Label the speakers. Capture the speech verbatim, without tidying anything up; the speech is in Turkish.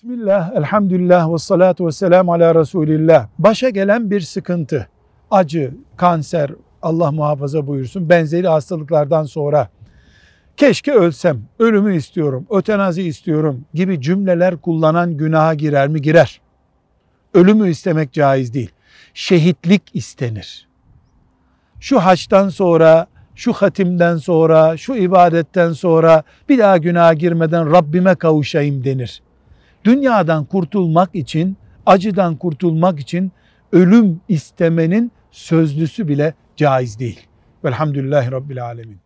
Speaker 1: Bismillah, elhamdülillah ve salatu ve selamu ala Resulillah. Başa gelen bir sıkıntı, acı, kanser, Allah muhafaza buyursun, benzeri hastalıklardan sonra keşke ölsem, ölümü istiyorum, ötenazi istiyorum gibi cümleler kullanan günaha girer mi? Girer. Ölümü istemek caiz değil. Şehitlik istenir. Şu haçtan sonra, şu hatimden sonra, şu ibadetten sonra bir daha günaha girmeden Rabbime kavuşayım denir. Dünyadan kurtulmak için, acıdan kurtulmak için ölüm istemenin sözlüsü bile caiz değil. Velhamdülillahi Rabbil Alemin.